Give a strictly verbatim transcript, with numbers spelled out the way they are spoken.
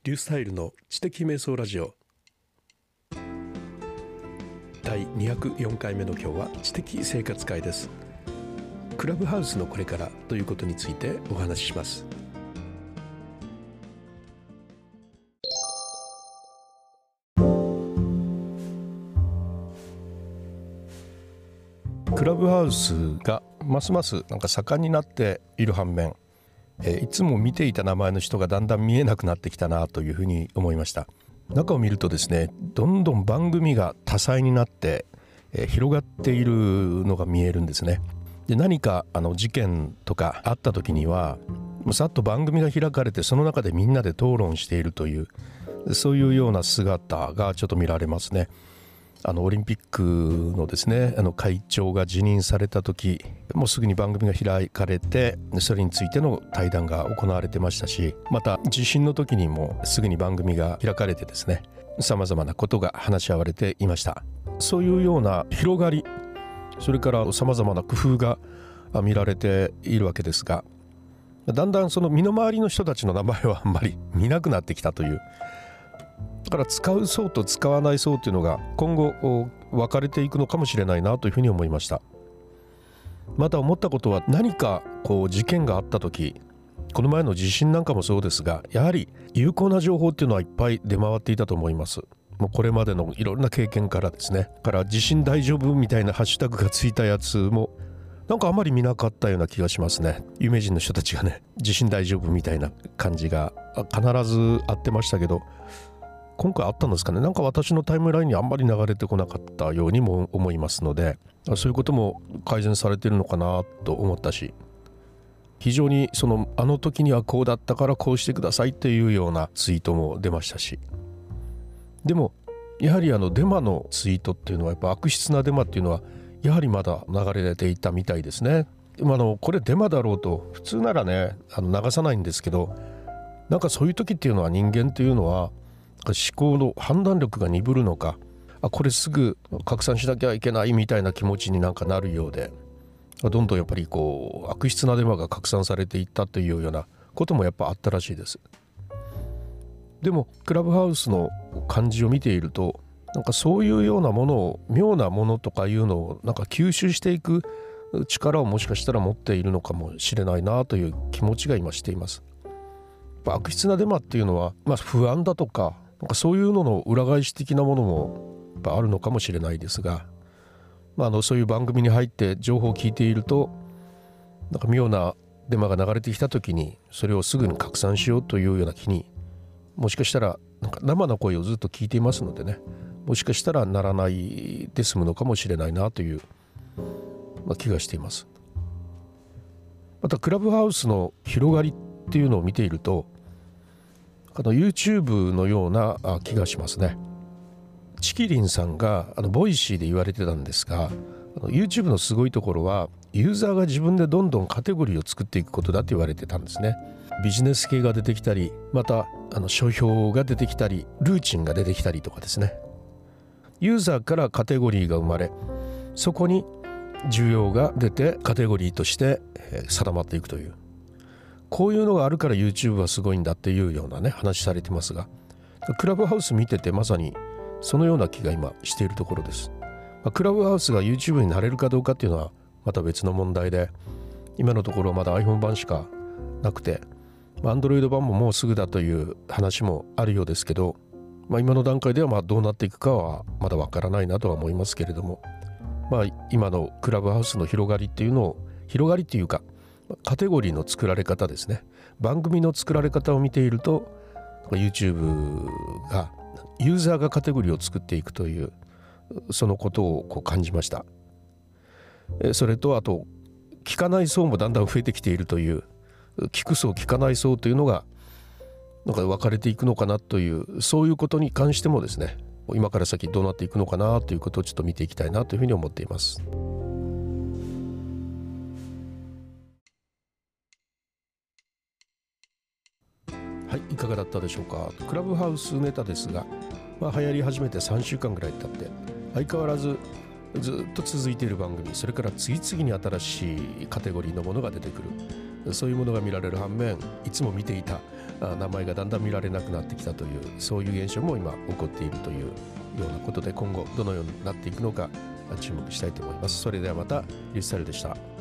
リュースタイルの知的瞑想ラジオだいにひゃくよんかいめの今日は知的生活会です。クラブハウスのこれからということについてお話しします。クラブハウスがますますなんか盛んになっている反面、えー、いつも見ていた名前の人がだんだん見えなくなってきたなというふうに思いました。中を見るとですね、どんどん番組が多彩になって、えー、広がっているのが見えるんですね。で、何かあの事件とかあった時にはさっと番組が開かれて、その中でみんなで討論しているという、そういうような姿がちょっと見られますね。あのオリンピックのですね、あの会長が辞任された時もうすぐに番組が開かれて、それについての対談が行われてましたし、また地震の時にもすぐに番組が開かれてですね、さまざまなことが話し合われていました。そういうような広がり、それからさまざまな工夫が見られているわけですが、だんだんその身の回りの人たちの名前はあんまり見なくなってきたという、だから使う層と使わない層というのが今後分かれていくのかもしれないなというふうに思いました。また思ったことは、何かこう事件があった時、この前の地震なんかもそうですが、やはり有効な情報っていうのはいっぱい出回っていたと思います。もうこれまでのいろんな経験からですね、から地震大丈夫みたいなハッシュタグがついたやつもなんかあまり見なかったような気がしますね。有名人の人たちがね、地震大丈夫みたいな感じが必ずあってましたけど、今回あったんですかね。なんか私のタイムラインにあんまり流れてこなかったようにも思いますので、そういうことも改善されているのかなと思ったし、非常にそのあの時にはこうだったからこうしてくださいっていうようなツイートも出ましたし、でもやはりあのデマのツイートっていうのは、やっぱ悪質なデマっていうのはやはりまだ流れていたみたいですね。あのこれデマだろうと普通ならね、あの流さないんですけど、なんかそういう時っていうのは、人間っていうのは思考の判断力が鈍るのか、あこれすぐ拡散しなきゃいけないみたいな気持ちになんかなるようで、どんどんやっぱりこう悪質なデマが拡散されていったというようなこともやっぱあったらしいです。でもクラブハウスの感じを見ていると、なんかそういうようなものを、妙なものとかいうのをなんか吸収していく力をもしかしたら持っているのかもしれないなという気持ちが今しています。悪質なデマっていうのは、まあ、不安だとかなんかそういうのの裏返し的なものもやっぱあるのかもしれないですが、まあ、あのそういう番組に入って情報を聞いていると、なんか妙なデマが流れてきた時にそれをすぐに拡散しようというような気に、もしかしたらなんか生の声をずっと聞いていますのでね、もしかしたらならないで済むのかもしれないなという、まあ、気がしています。またクラブハウスの広がりっていうのを見ていると、あの YouTube のような気がしますね。チキリンさんがあのボイシーで言われてたんですが、あの YouTube のすごいところはユーザーが自分でどんどんカテゴリーを作っていくことだと言われてたんですね。ビジネス系が出てきたり、またあの書評が出てきたり、ルーチンが出てきたりとかですね、ユーザーからカテゴリーが生まれ、そこに需要が出てカテゴリーとして定まっていくという、こういうのがあるから YouTube はすごいんだっていうようなね話されてますが、クラブハウス見ててまさにそのような気が今しているところです。まあ、クラブハウスが YouTube になれるかどうかっていうのはまた別の問題で、今のところまだ iPhone 版しかなくて、まあ、Android 版ももうすぐだという話もあるようですけど、まあ、今の段階ではまあどうなっていくかはまだわからないなとは思いますけれども、まあ、今のクラブハウスの広がりっていうのを、広がりっていうかカテゴリーの作られ方ですね、番組の作られ方を見ていると、 YouTube がユーザーがカテゴリーを作っていくという、そのことをこう感じました。それとあと聞かない層もだんだん増えてきているという、聞く層聞かない層というのがなんか分かれていくのかなという、そういうことに関してもですね、今から先どうなっていくのかなということをちょっと見ていきたいなというふうに思っています。はい、いかがだったでしょうか。クラブハウスネタですが、まあ、流行り始めてさんしゅうかんぐらい経って相変わらずずっと続いている番組、それから次々に新しいカテゴリーのものが出てくる、そういうものが見られる反面、いつも見ていた名前がだんだん見られなくなってきたという、そういう現象も今起こっているというようなことで、今後どのようになっていくのか注目したいと思います。それではまた、リュースタイルでした。